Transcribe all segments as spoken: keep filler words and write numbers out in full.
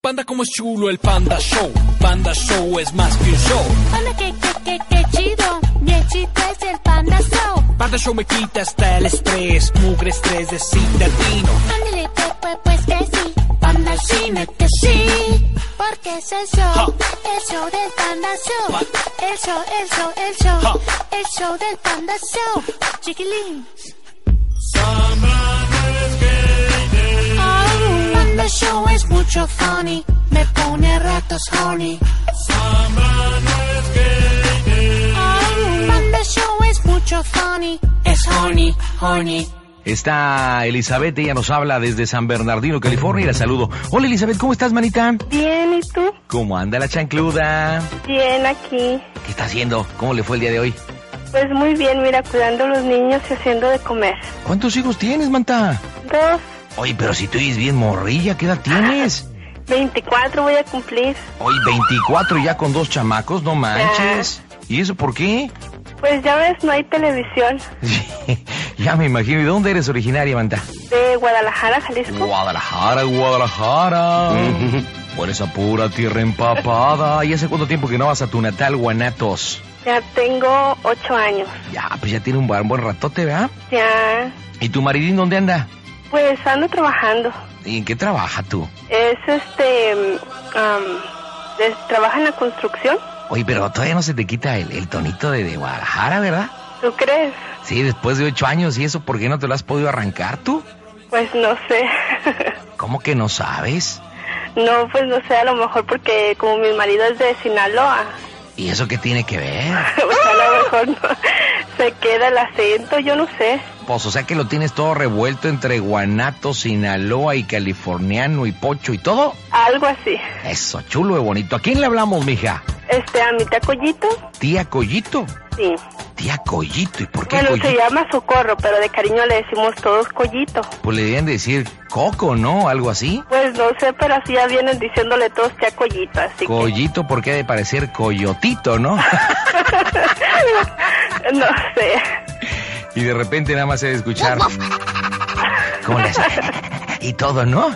Panda, como es chulo el Panda Show. Panda Show es más que un show. Panda, que, que, que, que chido. Bien chido es el Panda Show. Panda Show me quita hasta el estrés. Mugre estrés de citadino. Ándale, pues, pues, pues que sí. Panda al cine que sí. Porque es el show. Ha. El show del Panda Show. Ha. El show, el show, el show. Ha. El show del Panda Show. Chiquilín. Oh, Panda Show es mucho funny. Me pone a ratos honey. Oh, Panda Show es mucho funny. Es honey, honey. Está Elizabeth, ella nos habla desde San Bernardino, California, y la saludo. Hola Elizabeth, ¿cómo estás, manita? Bien, ¿y tú? ¿Cómo anda la chancluda? Bien, aquí. ¿Qué está haciendo? ¿Cómo le fue el día de hoy? Pues muy bien, mira, cuidando a los niños y haciendo de comer. ¿Cuántos hijos tienes, manta? Dos, Oye, pero si tú eres bien morrilla, ¿qué edad tienes? veinticuatro voy a cumplir. Oye, veinticuatro ya con dos chamacos, no manches. ¿Y eso por qué? Pues ya ves, no hay televisión. Ya me imagino. ¿Y de dónde eres originaria, manta? De Guadalajara, Jalisco. Guadalajara, Guadalajara. Por esa pura tierra empapada. ¿Y hace cuánto tiempo que no vas a tu natal, Guanatos? Ya tengo ocho años. Ya, pues ya tiene un buen, buen ratote, ¿verdad? Ya, ¿Y tu maridín dónde anda? pues ando trabajando. ¿Y en qué trabaja tú? Es este, um, es- trabaja en la construcción. Oye, pero todavía no se te quita el, el tonito de, de Guadalajara, ¿verdad? ¿Tú crees? Sí, después de ocho años y eso, ¿por qué no te lo has podido arrancar tú? Pues no sé. ¿Cómo que no sabes? No, pues no sé, a lo mejor porque como mi marido es de Sinaloa. ¿Y eso qué tiene que ver? Pues a lo mejor no se queda el acento, yo no sé. Pues, o sea que lo tienes todo revuelto entre Guanato, Sinaloa y californiano y pocho y todo. Algo así. Eso, chulo y bonito. ¿A quién le hablamos, mija? Este, a mi tía Collito, Tía Collito. sí. Tía Collito. ¿Y por qué Bueno, Collito? se llama Socorro, pero de cariño le decimos todos Collito. Pues le debían decir Coco, ¿no? Algo así. Pues no sé, pero así ya vienen diciéndole todos tía Collito, así Collito porque ha de parecer coyotito, ¿no? que... no sé. Y de repente nada más se debe escuchar... ¿Cómo le hace? Y todo, ¿no?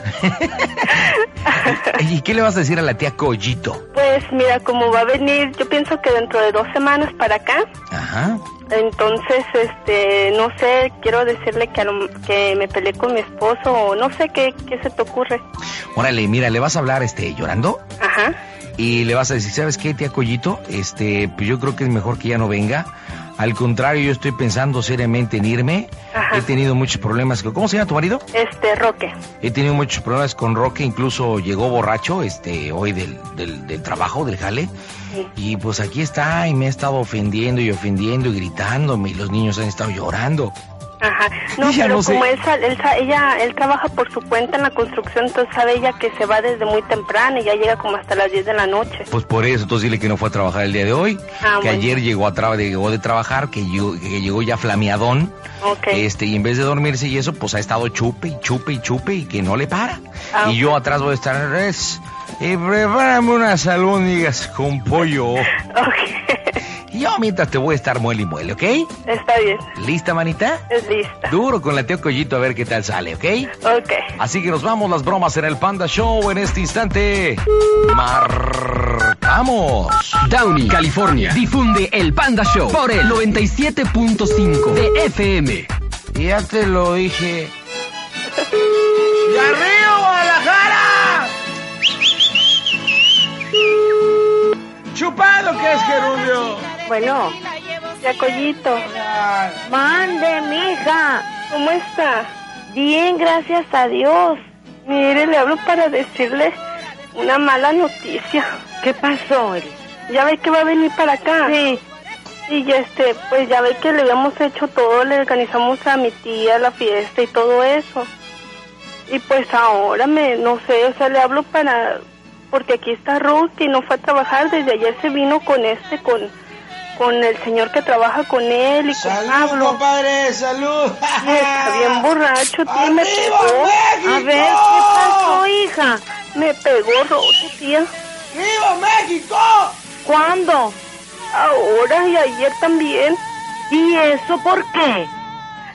¿Y qué le vas a decir a la tía Collito? Pues mira, como va a venir, yo pienso que dentro de dos semanas para acá, Ajá. entonces, este, no sé, quiero decirle que, a lo- que me peleé con mi esposo o no sé qué, qué se te ocurre. Órale, mira, le vas a hablar, este, llorando. Ajá. Y le vas a decir, ¿sabes qué, tía Collito? Este, pues yo creo que es mejor que ya no venga. Al contrario, yo estoy pensando seriamente en irme. Ajá. He tenido muchos problemas. con- ¿Cómo se llama tu marido? Este, Roque. He tenido muchos problemas con Roque, incluso llegó borracho, este, hoy del, del, del trabajo, del jale. Sí. Y pues aquí está, y me ha estado ofendiendo y ofendiendo y gritándome, y los niños han estado llorando. Ajá. No, Ya pero no sé. como él, sal- él, sa- ella, él trabaja por su cuenta en la construcción, entonces sabe ella que se va desde muy temprano y ya llega como hasta las diez de la noche. Pues por eso, entonces dile que no fue a trabajar el día de hoy, Ah, que bueno. ayer llegó a tra- llegó de trabajar, que llegó, que llegó ya flameadón, Ok. este, y en vez de dormirse y eso, pues ha estado chupe y chupe y chupe y que no le para. Ah, Y ok. yo atrás voy a estar, "Res, y prepárame unas albóndigas con pollo. Ok. Y yo mientras te voy a estar muele y muele, ¿ok? Está bien. ¿Lista, manita? Es lista. Duro con la tía Collito a ver qué tal sale, ¿ok? Ok. Así que nos vamos las bromas en el Panda Show en este instante. Marcamos. Downey, California. Difunde el Panda Show por el noventa y siete punto cinco de F M. Ya te lo dije. ¡Y arriba, Guadalajara! ¡Chupado que es, Gerundio! Bueno, ya Collito. Mande, mija. ¿Cómo está? Bien, gracias a Dios. Mire, le hablo para decirle una mala noticia. ¿Qué pasó, Eli? Ya ve que va a venir para acá. Sí. Y ya este, pues ya ve que le habíamos hecho todo, le organizamos a mi tía la fiesta y todo eso. Y pues ahora me, no sé, o sea, le hablo para, porque aquí está Ruth y no fue a trabajar, desde ayer se vino con este, con, con el señor que trabaja con él y con Pablo. compadre! ¡Salud! Y está bien borracho, tía, me pegó. A ver, ¿qué pasó, hija? Me pegó Ruth, tía. ¡Viva México! ¿Cuándo? Ahora y ayer también. ¿Y eso por qué?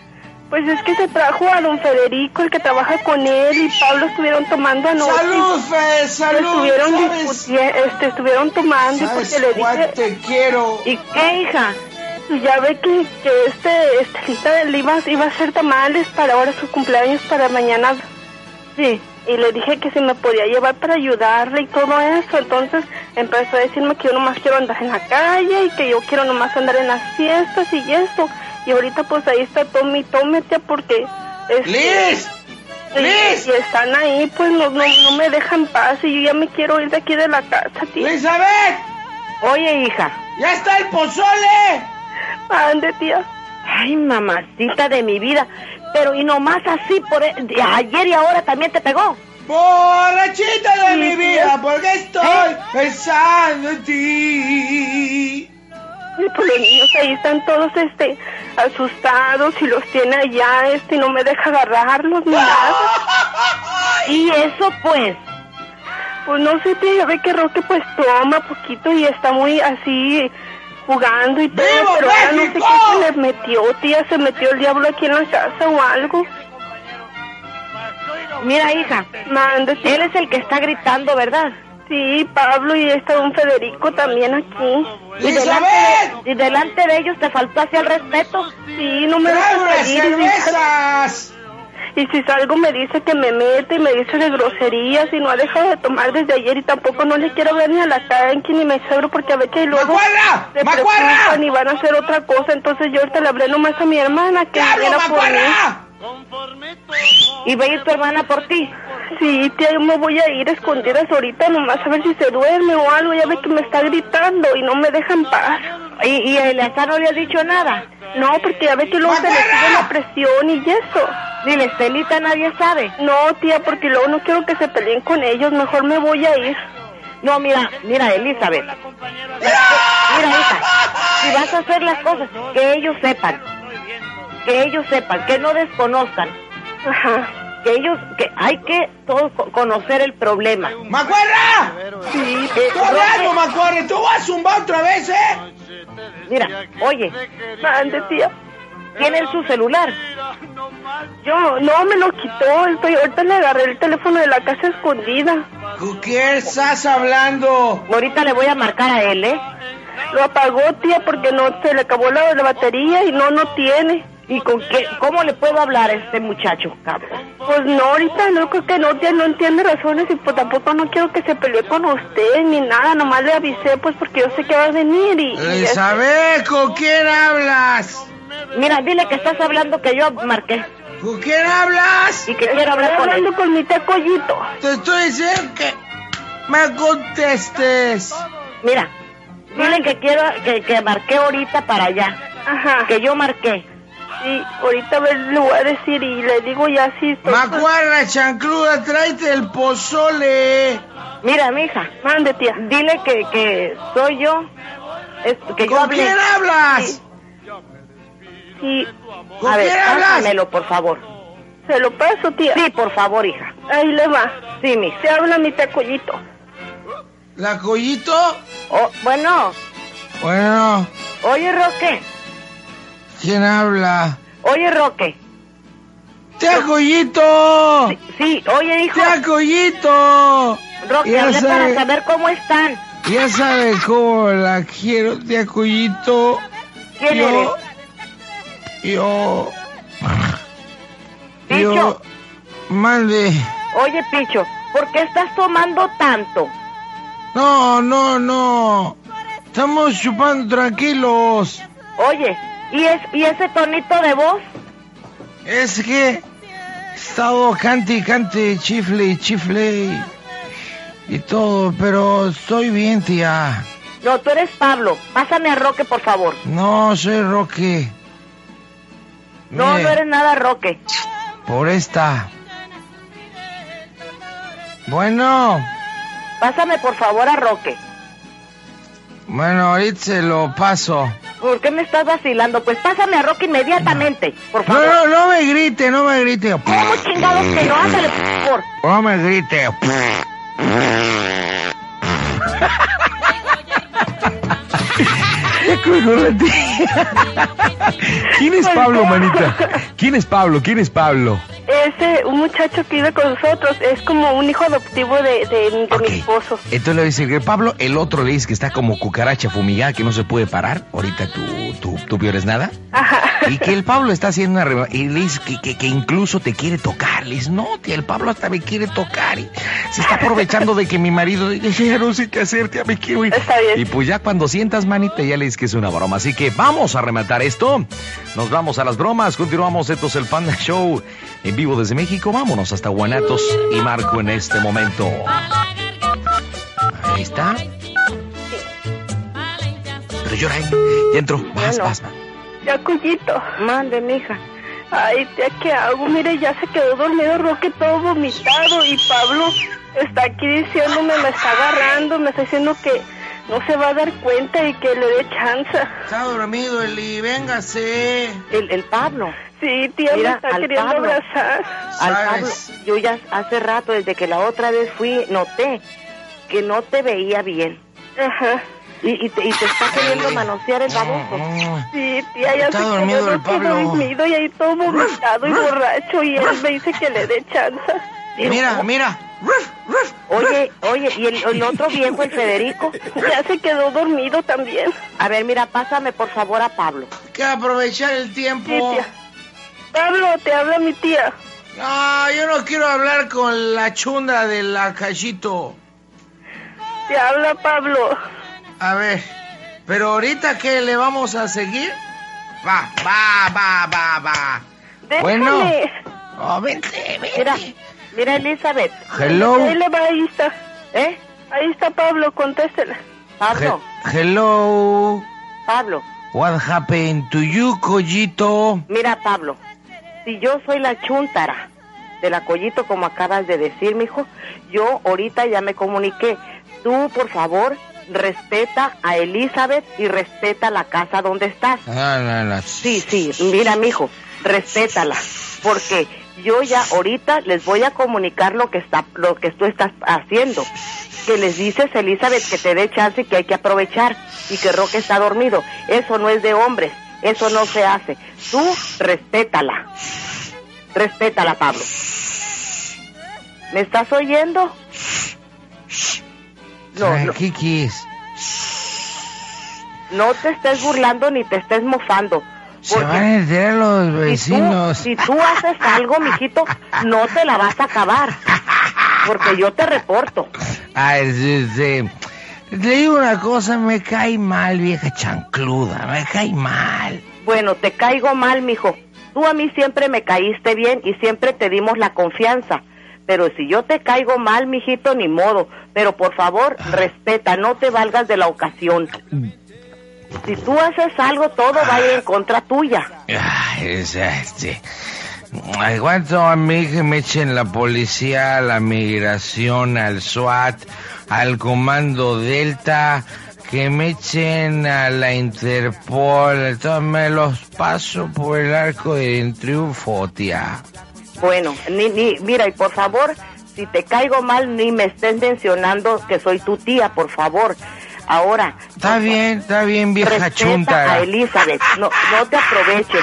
Pues es que se trajo a don Federico, el que trabaja con él, y Pablo estuvieron tomando anoche. ¡Salud, Fe! ¡Salud! Estuvieron, ¿sabes? este, estuvieron tomando y ¿Sabes porque le cuál dije... te quiero? ¿Y qué, hija? Y ya ve que, que este, Estelita le iba, iba a hacer tamales para ahora su cumpleaños, para mañana. Sí. Y le dije que si me podía llevar para ayudarle y todo eso. Entonces empezó a decirme que yo nomás quiero andar en la calle y que yo quiero nomás andar en las fiestas y eso. Y ahorita pues ahí está tome y tome, tía, porque... Este, ¡Liz! y, ¡Liz! y están ahí, pues no, no, no me dejan paz y yo ya me quiero ir de aquí de la casa, tía. ¡Elizabeth! Oye, hija. ¡Ya está el pozole! Ande, tía. Ay, mamacita de mi vida. Pero y nomás así por e- de ayer y ahora también te pegó. ¡Borrachita de Sí, mi tía. vida! Porque estoy ¿Eh? pensando en ti. Y pues los niños ahí están todos este asustados y los tiene allá este y no me deja agarrarlos ni nada. Y eso pues. Pues no sé, tía, ya ve que Roque pues toma poquito y está muy así jugando y todo, ¡Viva pero ahora no sé México! qué se le metió, tía, se metió el diablo aquí en la casa o algo. Mira, hija. Mande, tía. Él es el que está gritando, ¿verdad? Sí, Pablo y está don Federico también aquí. Y delante, ¡Elizabeth! de, y delante de ellos te faltó hacia el respeto. Sí, no me ¡Trae deja unas salir. Y si, cervezas! y si salgo me dice que me mete y me dice de groserías y no ha dejado de tomar desde ayer y tampoco no le quiero ver ni a la cara en que ni me seguro porque a ver que luego ¡Macuarra! se ¡Macuarra! preocupan y van a hacer otra cosa. Entonces yo ahorita le hablé nomás a mi hermana que ¡Diablo, viniera por mí. Macuarra! Y va a ir tu hermana por ti. Sí, tía, yo me voy a ir a escondidas ahorita nomás a ver si se duerme o algo. Ya ve que me está gritando y no me deja en paz. Y, y Eleazar no le ha dicho nada. No, porque ya ve que luego se le sube la presión y eso. Ni la Estelita nadie sabe. No, tía, porque luego no quiero que se peleen con ellos. Mejor me voy a ir. No, mira, mira, Elizabeth. Mira, hija, si vas a hacer las cosas, que ellos sepan. Que ellos sepan, que no desconozcan. Ajá. Que ellos, que hay que todos co- conocer el problema. ¡Macuarra! Sí, eh, ¡Tú hablando, Roque, Macuarra! ¡Tú vas a zumbar otra vez, eh! mira, oye, Mande, tía. tiene él su celular. Yo, no, me lo quitó. Estoy, ahorita le agarré el teléfono de la casa escondida. ¿Con qué estás hablando? Ahorita le voy a marcar a él, ¿eh? Lo apagó, tía, porque no se le acabó la, la batería y no, no tiene. ¿Y con qué, cómo le puedo hablar a este muchacho, cabrón? Pues no, ahorita no creo que no, tía, no entiende razones y pues tampoco no quiero que se pelee con usted ni nada, nomás le avisé pues porque yo sé que va a venir y... y Elizabeth, ¿con quién hablas? Mira, dile que estás hablando que yo marqué ¿Con quién hablas? y que Estoy quiero hablar con él. hablando con mi tía Collito. Te estoy diciendo que me contestes. Mira, dile que quiero, que, que marqué ahorita para allá, Ajá. que yo marqué. Sí, ahorita a ver, le voy a decir y le digo ya sí. estoy- Macuarra, chancluda, tráete el pozole. Mira, mija, Mande, tía. dile que, que soy yo, es- que yo ¿Con hablé. quién hablas? Sí, ¿Con A ver, quién hablas? pásamelo, por favor. se lo paso, tía. Sí, por favor, hija. Ahí le va. Sí, mija. Se habla mi tía Collito. ¿La Collito? Oh, bueno, Bueno, oye, Roque. ¿quién habla? Oye, Roque. ¡Tía Collito! Sí, sí, oye, hijo. ¡Tía Collito! Roque, Ya hablé sabe- para saber cómo están. Ya sabe cómo la quiero, tía Collito. ¿Quién yo, eres? Yo... Picho. Yo... Mande... Oye, Picho, ¿por qué estás tomando tanto? No, no, no. Estamos chupando tranquilos. Oye, ¿y, es, ¿y ese tonito de voz? Es que he estado cante y cante, chifle y chifle y, y todo, pero estoy bien, tía. No, tú eres Pablo. Pásame a Roque, por favor. No, soy Roque. No, Mire, no eres nada Roque. por esta. Bueno, Pásame, por favor, a Roque. bueno, ahorita se lo paso. ¿Por qué me estás vacilando? Pues pásame a Roque inmediatamente, por No, favor. no, no me grite, no me grite. ¿Cómo chingados que no? Ándale, por favor. No me grite. Colgólate. ¿Quién es Pablo, manita? ¿Quién es Pablo? ¿Quién es Pablo? Ese, un muchacho que vive con nosotros, es como un hijo adoptivo de, de, de Okay. mi esposo. Entonces le dice que Pablo, el otro le dice que está como cucaracha fumigada, que no se puede parar. Ahorita tú, tú, tú violes nada. Ajá. Y que el Pablo está haciendo una... Re... Y le dice que, que, que incluso te quiere tocar. Le dice, no, tía, el Pablo hasta me quiere tocar. Y se está aprovechando de que mi marido dice, ya no sé qué hacer, tía, me quiero ir. Está bien. Y pues ya cuando sientas, manita, ya le dices que es una broma. Así que vamos a rematar esto. Nos vamos a las bromas. Continuamos. Esto es el Panda Show en vivo desde México. Vámonos hasta Guanatos y Marco en este momento. Ahí está. Pero llora, ¿eh? Ya entró. Vas, Bueno. vas, vas. Ya, Cuyito. Mande, mija. Ay, tía, ¿qué hago? Mire, ya se quedó dormido Roque todo vomitado y Pablo está aquí diciéndome, me está agarrando, me está diciendo que no se va a dar cuenta y que le dé chance. Está dormido, Eli, véngase. El, el Pablo. Sí, tía, Mira, me está al queriendo Pablo. abrazar. Al Pablo, ¿Sabes? yo ya hace rato, desde que la otra vez fui, noté que no te veía bien. Ajá. Y, y, te, y te está queriendo manosear el baboso. Sí, tía, ya Está se dormido quedó el Pablo. dormido y ahí todo vomitado y borracho y él me dice que le dé chance. Mira, mira. Ruf, ruf. Oye, oye, ¿y el, el otro viejo, el Federico? Ya se quedó dormido también. A ver, mira, pásame por favor a Pablo. Hay que aprovechar el tiempo. Sí, tía. Pablo, te habla mi tía. No, yo no quiero hablar con la chunda de la cachito. Te habla Pablo. A ver, pero ahorita que le vamos a seguir. Va, va, va, va, va. Déjame. Bueno. Oh, vente, vente. Mira, mira, Elizabeth. Hello. Ahí le va, ahí está. ¿Eh? Ahí está Pablo, contéstela. Pablo, He- hello. Pablo. What happened to you, Collito? Mira, Pablo, si yo soy la chúntara de la Collito, como acabas de decir, mijo, yo ahorita ya me comuniqué. Tú, por favor, respeta a Elizabeth y respeta la casa donde estás. No, no, no. Sí, sí, mira, mijo, respétala, porque yo ya ahorita les voy a comunicar lo que está, lo que tú estás haciendo. Que les dices, Elizabeth, que te dé chance y que hay que aprovechar, y que Roque está dormido. Eso no es de hombres, eso no se hace. Tú respétala, respétala, Pablo. ¿Me estás oyendo? No, no, Tranquiquis. no te estés burlando ni te estés mofando. Se porque van a enterar los Si tú, vecinos. si tú haces algo, mijito, no te la vas a acabar. Porque yo te reporto. Ay, este, le digo una cosa, me cae mal, vieja chancluda, me cae mal. Bueno, te caigo mal, mijo. Tú a mí siempre me caíste bien y siempre te dimos la confianza. Pero si yo te caigo mal, mijito, ni modo. Pero por favor, respeta, no te valgas de la ocasión. Si tú haces algo, todo va a ir en contra tuya. Ay, es, este, aguanto a mí que me echen la policía, la migración, al SWAT, al comando Delta, que me echen a la Interpol, entonces me los paso por el arco del triunfo, tía. Bueno, ni, ni, mira, y por favor, si te caigo mal, ni me estés mencionando que soy tu tía, por favor. Ahora... Está bien, está bien, vieja respeta chunta. a Elizabeth, no, no te aproveches.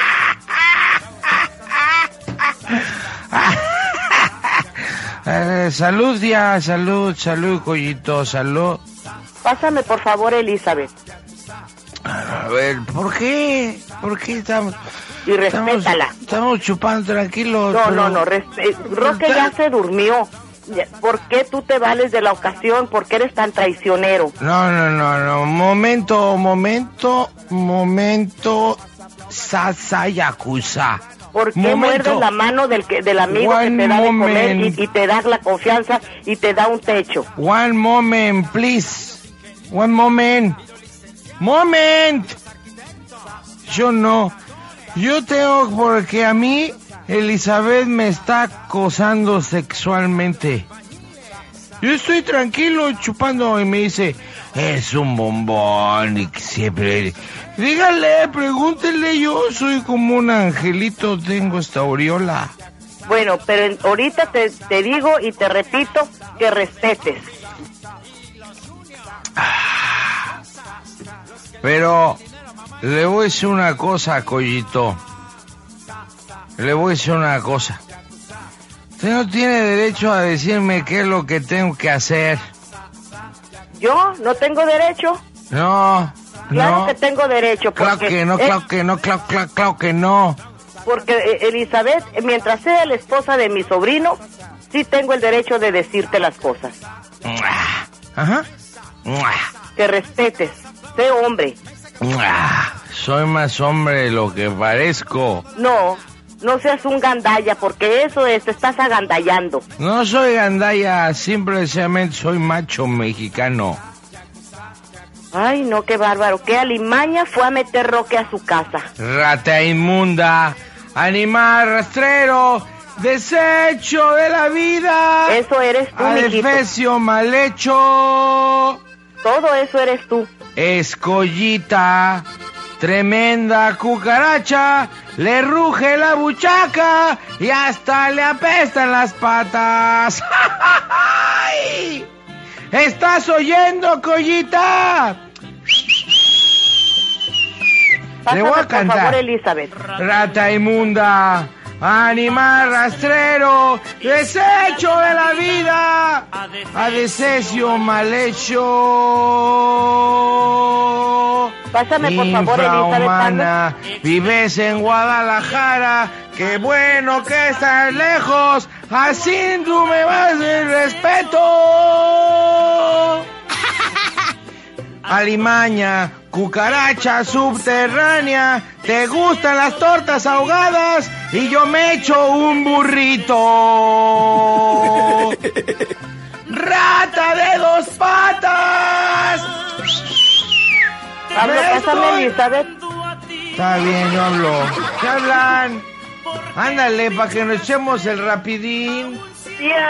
Eh, salud, tía, salud, salud, Collito, salud. Pásame, por favor, Elizabeth, A ver, ¿por qué? ¿Por qué estamos... y Estamos, respétala. estamos chupando tranquilos. No, pero- no, no, respe- Roque ya se durmió. Ya, ¿por qué tú te vales de la ocasión? ¿Por qué eres tan traicionero? No, no, no, no. Momento, momento, momento. Sasayakusa. ¿Por qué Momento. muerdes la mano del, que, del amigo One que te da de comer moment. y, y te da la confianza y te da un techo? One moment, please. One moment. Moment. Yo no. Yo tengo porque a mí Elizabeth me está acosando sexualmente. Yo estoy tranquilo chupando y me dice, es un bombón y que siempre... Dígale, pregúntele, yo soy como un angelito, tengo esta aureola. Bueno, pero ahorita te, te digo y te repito que respetes. Pero Le voy a decir una cosa, Collito. Le voy a decir una cosa. Usted no tiene derecho a decirme qué es lo que tengo que hacer. ¿Yo no tengo derecho? No, Claro no. que tengo derecho. Porque Claro que no, claro que no, claro, claro, claro que no. Porque eh, Elizabeth, mientras sea la esposa de mi sobrino, sí tengo el derecho de decirte las cosas. Ajá. Que respetes, sé hombre. Soy más hombre de lo que parezco. No, no seas un gandalla, porque eso es, te estás agandallando. No soy gandaya, simplemente soy macho mexicano. Ay, no, qué bárbaro. ¿Qué alimaña fue a meter Roque a su casa? Rata inmunda, animal rastrero, desecho de la vida. Eso eres tú, mijito. Adefesio mal hecho. Todo eso eres tú. Escollita, tremenda cucaracha, le ruge la buchaca y hasta le apestan las patas. ¡Ay! ¿Estás oyendo, Collita? Pásame, Le voy a por cantar. favor, Elizabeth. Rata inmunda, animal rastrero, desecho de la vida, adefesio mal hecho. Pásame, por favor, Elizabeth. Infrahumana, vives en Guadalajara, qué bueno que estás lejos, así tú me vas de respeto. Alimaña, cucaracha subterránea, te gustan las tortas ahogadas y yo me echo un burrito. Rata de dos patas. Pablo, Me pásame, estoy- Elizabeth. Está bien, yo hablo. ¿Qué hablan? Ándale, para que nos echemos el rapidín. Tía.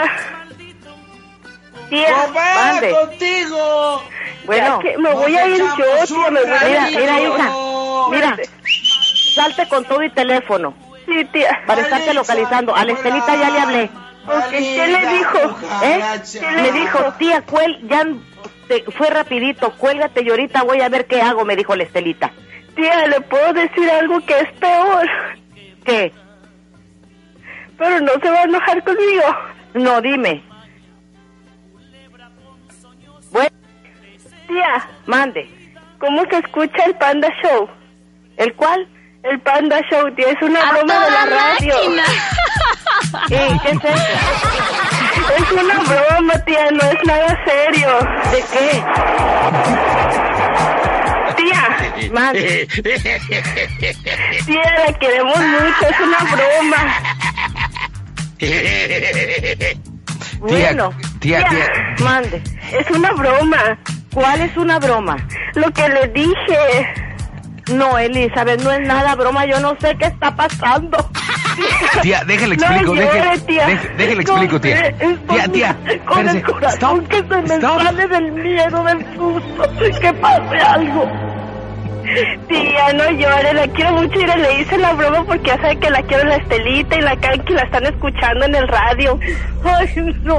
Tía. ¡Compa, mande. contigo! Bueno, Ya que me voy a ir yo, tía, me voy a Mira, ir mira, yo. hija. Mira, salte con todo y teléfono Sí, tía. para estarte localizando. A la Estelita ya le hablé. Ok, ¿qué le dijo? ¿Eh? ¿Qué Me dijo, tía, cuel, ya te- fue rapidito, cuélgate y ahorita voy a ver qué hago, me dijo la Estelita. Tía, le puedo decir algo que es peor, ¿Qué? pero no se va a enojar conmigo. No, dime. Bueno, Tía, mande. ¿cómo se escucha el Panda Show? ¿El cuál? El Panda Show, tía, es una broma de la radio. ¿Qué? ¿Qué es eso? Es una broma, tía, no es nada serio. ¿De qué? Tía, Mande. tía, la queremos mucho, es una broma. Bueno, tía, tía. mande. Es una broma. ¿Cuál es una broma? Lo que le dije. No, Elizabeth, no es nada broma, yo no sé qué está pasando. Tía, déjale No explico, llore, déjale, tía. déjale, déjale explico, tía. No, eh, Tía, tía, Con el espérese. corazón Stop, que se me stop. sale del miedo, del susto, que pase algo. Tía, no llore, la quiero mucho y le hice la broma porque ya sabe que la quiero la Estelita y la Kanki la están escuchando en el radio. Ay, no.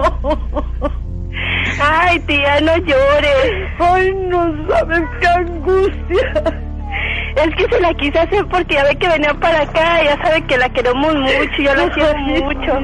Ay, tía, no llores. Ay, no sabes qué angustia. Es que se la quise hacer porque ya ve que venía para acá y ya sabe que la queremos mucho, yo la quiero mucho.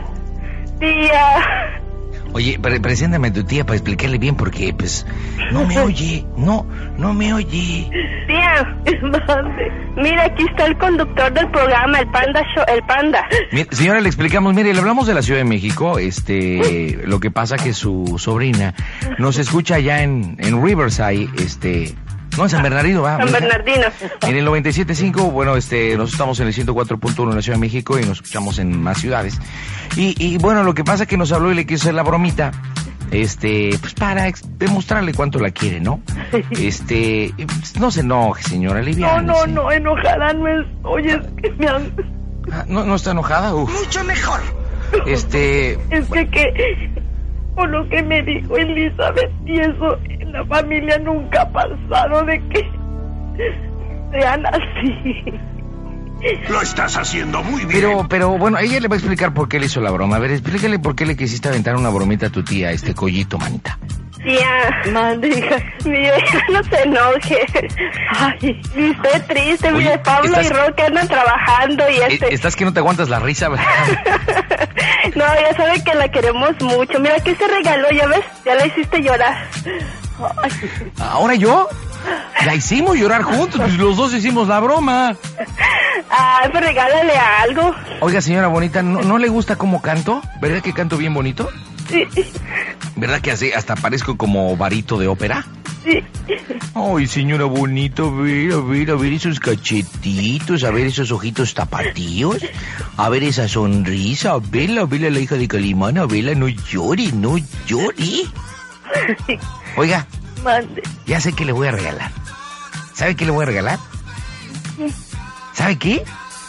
Tía. Oye, pre preséntame a tu tía para explicarle bien porque, pues, no me oye, no, no me oye. Tía, Mande. mira, aquí está el conductor del programa, el Panda Show, el Panda. Mire, señora, le explicamos, mire, le hablamos de la Ciudad de México, este, lo que pasa que su sobrina nos escucha allá en, en Riverside, este, no, en San Bernardino, va. San Bernardino. En el noventa y siete punto cinco, bueno, este, nosotros estamos en el ciento cuatro punto uno en la Ciudad de México y nos escuchamos en más ciudades. Y, y bueno, lo que pasa es que nos habló y le quiso hacer la bromita, este, pues para ex- demostrarle cuánto la quiere, ¿no? Este, pues, no se enoje, señora, No, liviánese. no, no, enojada no es. Oye, es que me han... Ah, ¿no, no está enojada? Uf. Mucho mejor. Este, Es que, que, por lo que me dijo Elizabeth, y eso en la familia nunca ha pasado de que sean así. Lo estás haciendo muy bien. pero, pero, bueno, ella le va a explicar por qué le hizo la broma. A ver, explícale por qué le quisiste aventar una bromita a tu tía, este Collito, manita. Tía. Mande, hija. Mi hija, no se enoje. Ay. Y estoy triste, Oye, mire, Pablo estás- y Roque andan trabajando y Eh, este... Estás que no te aguantas la risa, ¿verdad? No, ya sabe que la queremos mucho. Mira, ¿qué se regaló? ¿Ya ves? Ya la hiciste llorar. Ay. ¿Ahora yo? La hicimos llorar juntos, pues los dos hicimos la broma. Ay, pues regálale algo. Oiga, señora bonita, ¿no, no le gusta cómo canto? ¿Verdad que canto bien bonito? Sí, ¿Verdad que así hasta parezco como varito de ópera? sí. Ay, señora bonita, a ver, a ver, a ver esos cachetitos, a ver esos ojitos tapatíos, a ver esa sonrisa, a verla, a verla la hija de Calimán, a verla, no llore, no llore. Oiga, Mande. ya sé qué le voy a regalar. ¿Sabe qué le voy a regalar? ¿Sabe qué?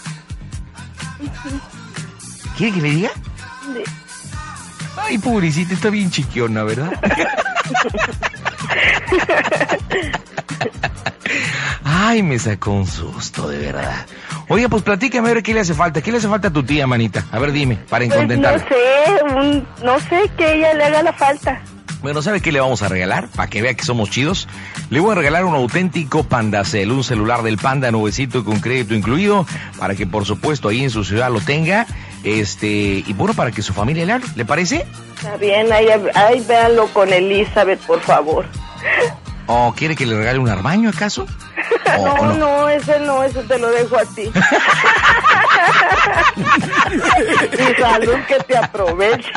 ¿Quiere que le diga? Ay, pobrecita, está bien chiquiona, ¿verdad? Ay, me sacó un susto, de verdad. Oiga, pues platícame a ver qué le hace falta. ¿Qué le hace falta a tu tía, manita? A ver, dime, para Pues no incontentarla. sé, un, no sé que ella le haga la falta. Bueno, ¿sabe qué le vamos a regalar? Para que vea que somos chidos. Le voy a regalar un auténtico Pandacel, un celular del Panda nuevecito con crédito incluido, para que por supuesto ahí en su ciudad lo tenga. Este, y bueno, para que su familia le hable. ¿Le parece? Está bien, ahí, ahí véanlo con Elizabeth, por favor. ¿O quiere que le regale un armaño acaso? ¿O- No, o no, no, ese no, ese te lo dejo a ti. Y salud, que te aproveche.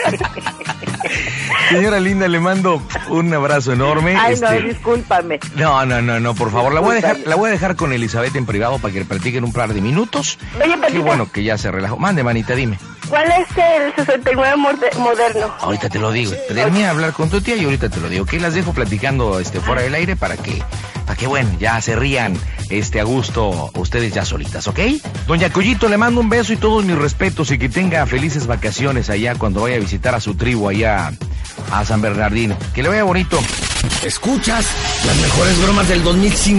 Señora linda, le mando un abrazo enorme. Ay, Este, no, discúlpame. No, no, no, no, por favor, la voy a dejar, la voy a dejar con Elizabeth en privado para que le platiquen un par de minutos. Oye, Qué Patita, bueno que ya se relajó. Mande, manita, dime. ¿cuál es el sesenta y nueve morde- moderno? Ahorita te lo digo. Termina de hablar con tu tía y ahorita te lo digo. Que las dejo platicando este fuera del aire para que, para que bueno, ya se rían este a gusto ustedes ya solitas, ¿ok? Doña Collito, le mando un beso y todos mis respetos y que tenga felices vacaciones allá cuando vaya a visitar a su tribu allá a San Bernardino. Que le vaya bonito. Escuchas las mejores bromas del dos mil cinco.